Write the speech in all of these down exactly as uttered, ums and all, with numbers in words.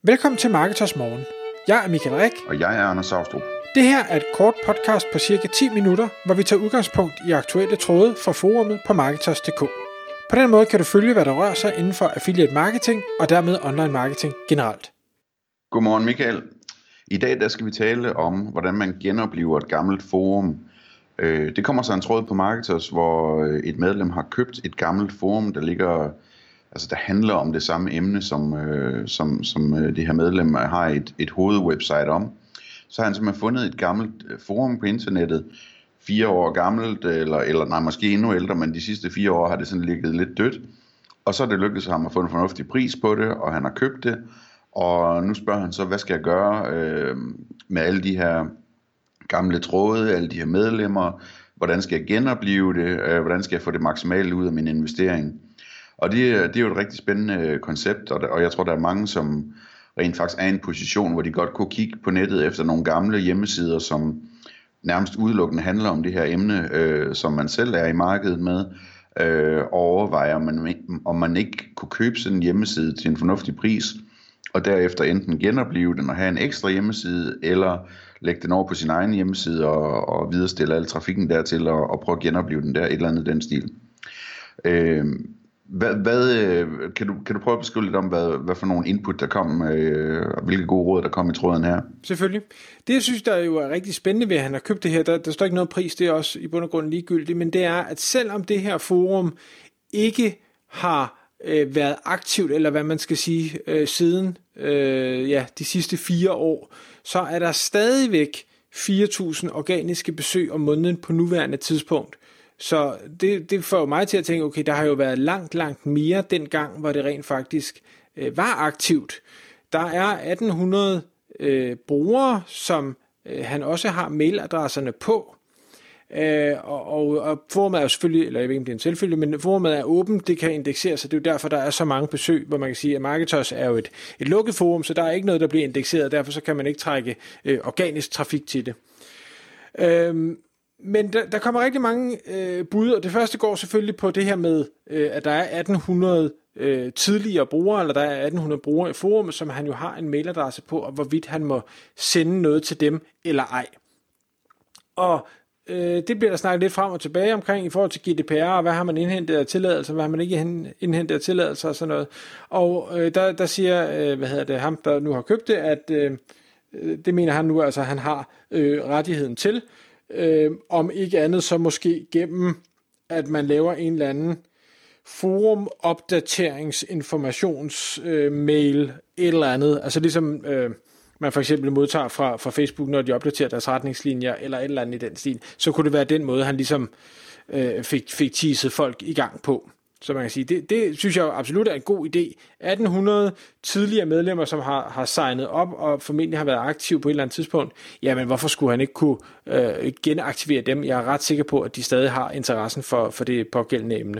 Velkommen til Marketers Morgen. Jeg er Michael Rik. Og jeg er Anders Saustrup. Det her er et kort podcast på cirka ti minutter, hvor vi tager udgangspunkt i aktuelle tråde fra forumet på Marketers punktum d k. På den måde kan du følge, hvad der rører sig inden for affiliate marketing og dermed online marketing generelt. Godmorgen Michael. I dag der skal vi tale om, hvordan man genoplever et gammelt forum. Det kommer så en tråd på Marketers, hvor et medlem har købt et gammelt forum, der ligger, altså der handler om det samme emne, som, som, som det her medlem har et, et hovedwebsite om. Så har han simpelthen fundet et gammelt forum på internettet, fire år gammelt, eller, eller nej, måske endnu ældre, men de sidste fire år har det sådan ligget lidt dødt. Og så er det lykkedes ham at få en fornuftig pris på det, og han har købt det. Og nu spørger han så, hvad skal jeg gøre øh, med alle de her gamle tråde, alle de her medlemmer? Hvordan skal jeg genopleve det? Øh, hvordan skal jeg få det maksimale ud af min investering? Og det, det er jo et rigtig spændende koncept, og, og jeg tror, der er mange, som rent faktisk er i en position, hvor de godt kunne kigge på nettet efter nogle gamle hjemmesider, som nærmest udelukkende handler om det her emne, øh, som man selv er i markedet med, øh, og overvejer, om man, om man ikke kunne købe sådan en hjemmeside til en fornuftig pris, og derefter enten genopleve den og have en ekstra hjemmeside, eller lægge den over på sin egen hjemmeside og, og viderestille al trafikken dertil, og, og prøve at genopleve den der, et eller andet den stil. Øh, Hvad, hvad, kan, du, kan du prøve at beskrive lidt om, hvad, hvad for nogle input der kom, øh, og hvilke gode råd der kom i tråden her? Selvfølgelig. Det jeg synes, der jo er rigtig spændende ved, at han har købt det her, der, der står ikke noget pris, det er også i bund og grund ligegyldigt, men det er, at selvom det her forum ikke har øh, været aktivt, eller hvad man skal sige, øh, siden øh, ja, de sidste fire år, så er der stadigvæk fire tusind organiske besøg om måneden på nuværende tidspunkt. Så det, det får jo mig til at tænke, okay, der har jo været langt, langt mere dengang, hvor det rent faktisk øh, var aktivt. Der er atten hundrede øh, brugere, som øh, han også har mailadresserne på. Øh, og, og, og forumet er jo selvfølgelig, eller jeg ved ikke om det er en selvfølge, men forumet er åbent, det kan indekseres, så det er jo derfor, der er så mange besøg, hvor man kan sige, at Marketers er jo et, et lukket forum, så der er ikke noget, der bliver indekseret, og derfor så kan man ikke trække øh, organisk trafik til det. Øh, Men der, der kommer rigtig mange øh, bud, og det første går selvfølgelig på det her med, øh, at der er atten hundrede øh, tidligere brugere, eller der er atten hundrede brugere i forumet, som han jo har en mailadresse på, og hvorvidt han må sende noget til dem eller ej. Og øh, det bliver der snakket lidt frem og tilbage omkring i forhold til G D P R, og hvad har man indhentet af tilladelser, hvad har man ikke indhentet af tilladelser og sådan noget. Og øh, der, der siger, øh, hvad hedder det, ham der nu har købt det, at øh, det mener han nu, altså han har øh, rettigheden til. Øh, om ikke andet så måske gennem at man laver en eller anden forum opdateringsinformations øh, mail et eller andet, altså ligesom øh, man for eksempel modtager fra, fra Facebook, når de opdaterer deres retningslinjer eller et eller andet i den stil, så kunne det være den måde han ligesom øh, fik, fik teaset folk i gang på. Så man kan sige, det, det synes jeg absolut er en god idé. atten hundrede tidligere medlemmer, som har, har signet op og formentlig har været aktive på et eller andet tidspunkt, jamen hvorfor skulle han ikke kunne øh, genaktivere dem? Jeg er ret sikker på, at de stadig har interessen for, for det pågældende emne.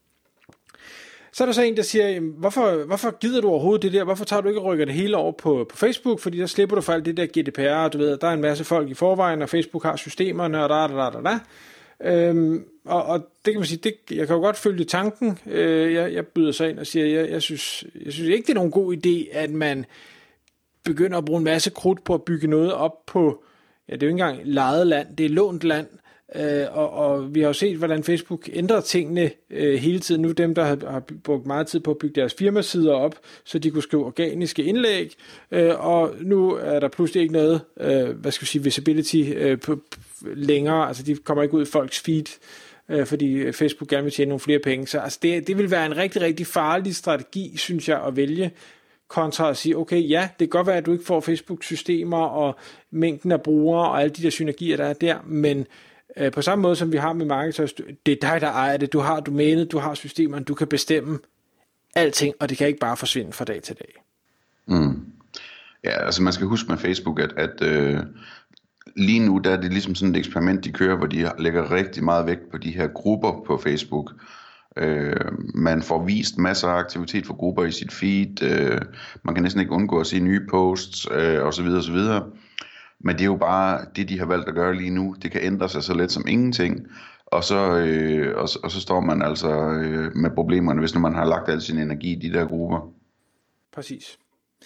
Så er der så en, der siger, hvorfor, hvorfor gider du overhovedet det der? Hvorfor tager du ikke og rykker det hele over på, på Facebook? Fordi der slipper du for alt det der G D P R, du ved, der er en masse folk i forvejen, og Facebook har systemerne, og der, der, der, der. Øhm, og, og det kan man sige, det, jeg kan jo godt følge tanken. øh, jeg, jeg byder så ind og siger, jeg, jeg, synes, jeg synes ikke det er nogen god idé, at man begynder at bruge en masse krudt på at bygge noget op på, ja, det er jo ikke engang lejet land, det er lånt land. øh, og, og vi har jo set, hvordan Facebook ændrer tingene øh, hele tiden. Nu dem, der har, har brugt meget tid på at bygge deres firmasider op, så de kunne skrive organiske indlæg, øh, og nu er der pludselig ikke noget, øh, hvad skal vi sige, visibility øh, på længere, altså de kommer ikke ud i folks feed, øh, fordi Facebook gerne vil tjene nogle flere penge, så altså det, det vil være en rigtig, rigtig farlig strategi, synes jeg, at vælge, kontra at sige, okay, ja, det kan godt være, at du ikke får Facebook-systemer og mængden af brugere og alle de der synergier, der er der, men øh, på samme måde som vi har med Marketers, det er dig, der ejer det, du har domænet, du har systemerne, du kan bestemme alting, og det kan ikke bare forsvinde fra dag til dag. Mm. Ja, altså man skal huske med Facebook, at, at øh, lige nu der er det ligesom sådan et eksperiment, de kører, hvor de lægger rigtig meget vægt på de her grupper på Facebook. Øh, man får vist masser af aktivitet for grupper i sit feed, øh, man kan næsten ikke undgå at se nye posts, øh, osv. osv. Men det er jo bare det, de har valgt at gøre lige nu. Det kan ændre sig så let som ingenting, og så, øh, og, og så står man altså øh, med problemerne, hvis man har lagt al sin energi i de der grupper. Præcis.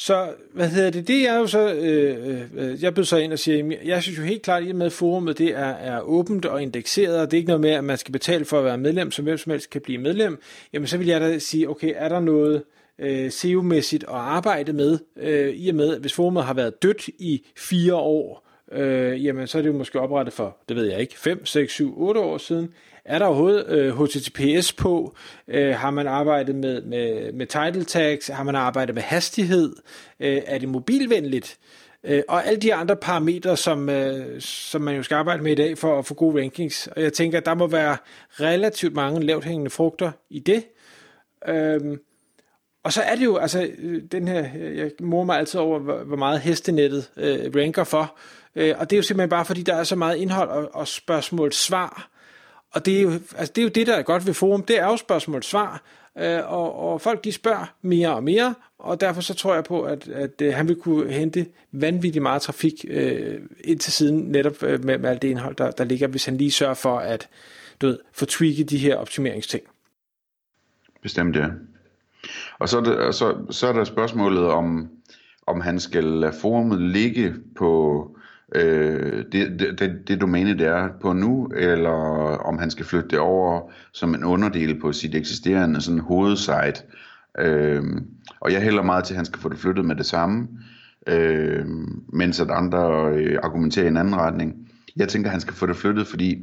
Så, hvad hedder det, det er jo så, øh, øh, jeg blev så ind og siger, jeg synes jo helt klart, at med forumet, det er, er åbent og indekseret, og det er ikke noget med, at man skal betale for at være medlem, så hvem som helst kan blive medlem. Jamen, så vil jeg da sige, okay, er der noget øh, S E O-mæssigt at arbejde med, øh, i og med, at hvis forumet har været dødt i fire år, øh, jamen, så er det jo måske oprettet for, det ved jeg ikke, fem, seks, syv, otte år siden. Er der overhovedet øh, H T T P S på? Øh, har man arbejdet med, med, med title tags? Har man arbejdet med hastighed? Øh, er det mobilvenligt? Øh, og alle de andre parametre, som, øh, som man jo skal arbejde med i dag for at få gode rankings. Og jeg tænker, at der må være relativt mange lavt hængende frugter i det. Øh, og så er det jo, altså den her, jeg morer mig altid over, hvor meget hestenettet øh, ranker for. Øh, og det er jo simpelthen bare, fordi der er så meget indhold og, og spørgsmål-svar. Og det er, jo, altså det er jo det, der er godt ved forum, det er jo spørgsmål-svar, øh, og, og folk de spørger mere og mere, og derfor så tror jeg på, at, at øh, han vil kunne hente vanvittigt meget trafik øh, ind til siden, netop øh, med, med alt det indhold, der, der ligger, hvis han lige sørger for at du ved, få tweaket de her optimeringsting. Bestemt, ja. Og så er, det, så, så er der spørgsmålet om, om han skal lade forumet ligge på Øh, det, det, det domæne det er på nu, eller om han skal flytte det over som en underdel på sit eksisterende sådan hovedsite. Øh, og jeg hælder meget til, at han skal få det flyttet med det samme, øh, mens at andre øh, argumenterer i en anden retning. Jeg tænker, at han skal få det flyttet, fordi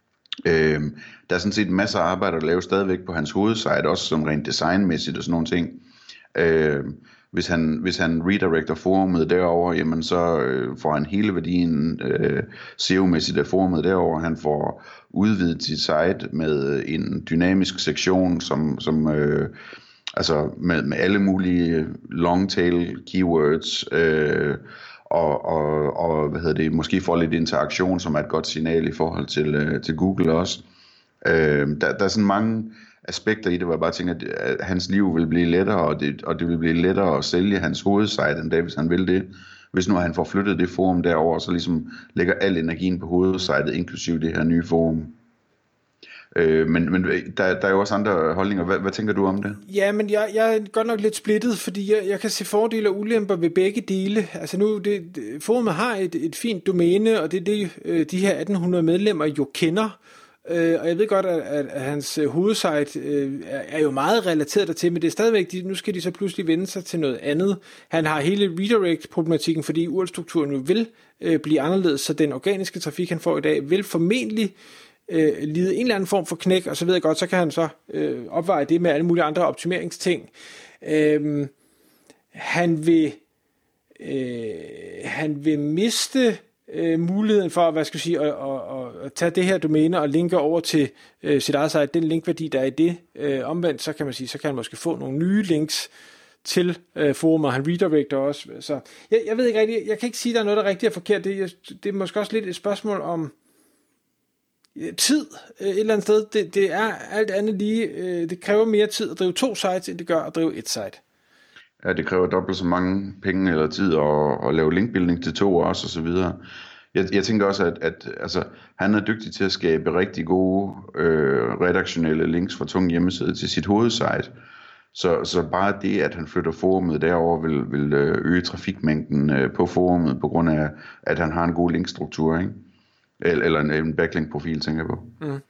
øh, der er sådan set masser af arbejde at lave stadigvæk på hans hovedsite, også som rent designmæssigt og sådan nogle ting. Øh, Hvis han, hvis han redirecter forumet derover, jamen så øh, får han hele værdien øh, S E O-mæssigt af forumet derover. Han får udvidet sit site med en dynamisk sektion, som, som øh, altså med, med alle mulige long tail keywords, øh, og, og, og hvad hedder det, måske får lidt interaktion, som er et godt signal i forhold til, øh, til Google også. Øh, der, der er sådan mange aspekter i det, hvor jeg bare tænker, at hans liv vil blive lettere, og det, og det vil blive lettere at sælge hans hovedsite en dag, hvis han vil det. Hvis nu han får flyttet det forum derover, så ligesom lægger al energien på hovedsitet, inklusive det her nye forum. Øh, men men der, der er jo også andre holdninger. Hvad, hvad tænker du om det? Ja, men jeg, jeg er godt nok lidt splittet, fordi jeg, jeg kan se fordele og ulemper ved begge dele. Altså nu, det, det, forumet har et, et fint domæne, og det er det, de her atten hundrede medlemmer jo kender. Uh, og jeg ved godt, at, at, at hans uh, hovedsite uh, er, er jo meget relateret dertil, men det er stadigvæk, de, nu skal de så pludselig vende sig til noget andet. Han har hele redirect-problematikken, fordi U R L-strukturen jo vil uh, blive anderledes, så den organiske trafik, han får i dag, vil formentlig uh, lide en eller anden form for knæk, og så ved jeg godt, så kan han så uh, opveje det med alle mulige andre optimeringsting. Uh, han vil uh, han vil miste Øh, muligheden for, hvad skal jeg sige, at, at, at tage det her domæne og linke over til øh, sit eget site, den linkværdi, der er i det. Øh, omvendt, så kan man sige, så kan han måske få nogle nye links til øh, forumet, han redirecter også. Så jeg, jeg ved ikke rigtigt, jeg kan ikke sige, at der er noget, der er rigtigt og forkert. Det, jeg, det er måske også lidt et spørgsmål om øh, tid øh, et eller andet sted. Det, det er alt andet lige, øh, det kræver mere tid at drive to sites, end det gør at drive et site. Ja, det kræver dobbelt så mange penge eller tid at, at lave linkbuilding til to også og så videre. Jeg, jeg tænker også, at, at altså, han er dygtig til at skabe rigtig gode øh, redaktionelle links fra tung hjemmeside til sit hovedsite. Så, så bare det, at han flytter forumet derover vil, vil øge trafikmængden øh, på forumet, på grund af, at han har en god linkstruktur, ikke? Eller, eller en, en backlink-profil, tænker jeg på. Mm.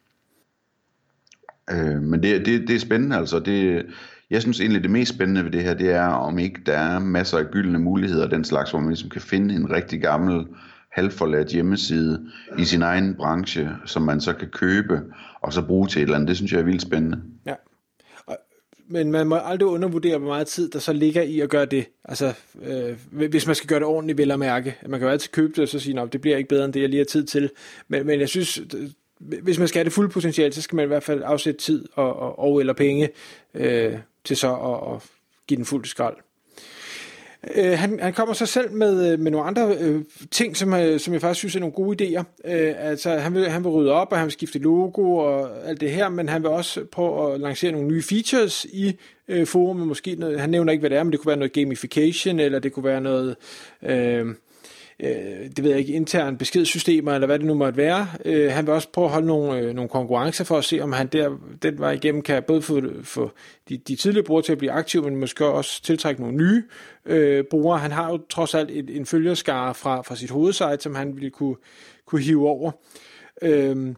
Øh, men det, det, det er spændende, altså. Det, jeg synes egentlig, det mest spændende ved det her, det er, om ikke der er masser af gyldne muligheder, den slags, hvor man ligesom kan finde en rigtig gammel, halvforladt hjemmeside i sin egen branche, som man så kan købe, og så bruge til et eller andet. Det synes jeg er vildt spændende. Ja. Men man må aldrig undervurdere, hvor meget tid der så ligger i at gøre det. Altså, øh, hvis man skal gøre det ordentligt, vel at mærke. Man kan jo altid købe det, og så sige, at det bliver ikke bedre, end det, jeg lige har tid til. Men, men jeg synes, hvis man skal have det fulde potentiale, så skal man i hvert fald afsætte tid og, og, og eller penge øh, til så at, at give den fuldt skrald. Øh, han, han kommer så selv med, med nogle andre øh, ting, som, øh, som jeg faktisk synes er nogle gode idéer. Øh, altså, han vil, han vil rydde op, og han vil skifte logo og alt det her, men han vil også prøve at lancere nogle nye features i øh, forumet. Måske noget, han nævner ikke, hvad det er, men det kunne være noget gamification, eller det kunne være noget... Øh, øh, det ved jeg ikke, interne beskedssystemer, eller hvad det nu måtte være. Øh, han vil også prøve at holde nogle, øh, nogle konkurrencer for at se, om han der, den vej igennem kan både få, få de, de tidligere brugere til at blive aktive, men måske også tiltrække nogle nye øh, brugere. Han har jo trods alt et, en følgerskare fra, fra sit hovedsite, som han ville kunne, kunne hive over. Øh,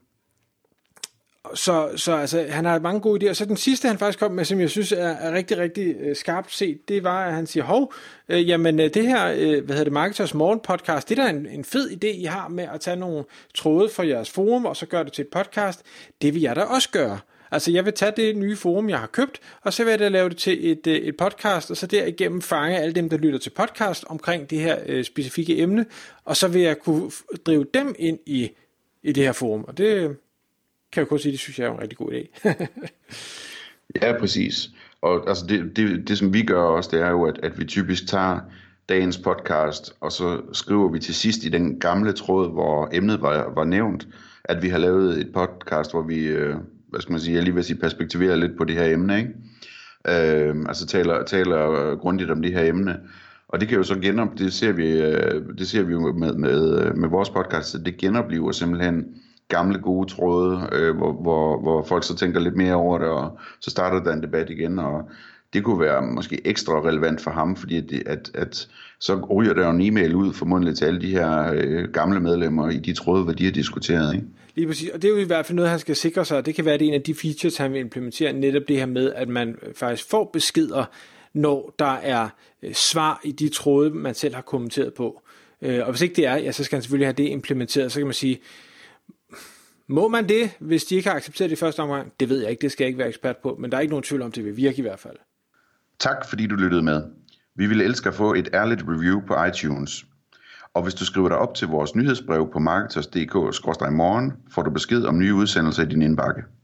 Så, så altså, han har mange gode idéer. Så den sidste, han faktisk kom med, som jeg synes er, er rigtig, rigtig øh, skarpt set, det var, at han siger, hov, øh, jamen øh, det her, øh, hvad hedder det, Marketers Morgen podcast, det er da en, en fed idé, I har med at tage nogle tråde fra jeres forum, og så gøre det til et podcast. Det vil jeg da også gøre. Altså, jeg vil tage det nye forum, jeg har købt, og så vil jeg da lave det til et, øh, et podcast, og så derigennem fange alle dem, der lytter til podcast omkring det her øh, specifikke emne, og så vil jeg kunne drive dem ind i, i det her forum. Og det kan jeg kun sige, det synes jeg er en rigtig god idé. Ja, præcis. Og altså det, det, det, som vi gør også, det er jo, at, at vi typisk tager dagens podcast, og så skriver vi til sidst i den gamle tråd, hvor emnet var, var nævnt, at vi har lavet et podcast, hvor vi, øh, hvad skal man sige, jeg lige vil sige, perspektiverer lidt på det her emne, ikke? Øh, altså taler, taler grundigt om det her emne. Og det kan jo så genop, det ser vi, det ser vi jo med, med, med vores podcast, det genopliver simpelthen gamle gode tråde, øh, hvor, hvor, hvor folk så tænker lidt mere over det, og så starter der en debat igen, og det kunne være måske ekstra relevant for ham, fordi at, at, at så ryger der jo en e-mail ud formodentlig til alle de her øh, gamle medlemmer i de tråde, hvad de har diskuteret, ikke? Lige præcis, og det er jo i hvert fald noget, han skal sikre sig, og det kan være, det er en af de features, han vil implementere, netop det her med, at man faktisk får beskeder, når der er øh, svar i de tråde, man selv har kommenteret på. Øh, og hvis ikke det er, ja, så skal han selvfølgelig have det implementeret, så kan man sige, må man det, hvis de ikke har accepteret det i første omgang? Det ved jeg ikke, det skal jeg ikke være ekspert på, men der er ikke nogen tvivl om, det vil virke i hvert fald. Tak fordi du lyttede med. Vi ville elske at få et ærligt review på iTunes. Og hvis du skriver dig op til vores nyhedsbrev på marketers punktum d k skråstreg morgen, får du besked om nye udsendelser i din indbakke.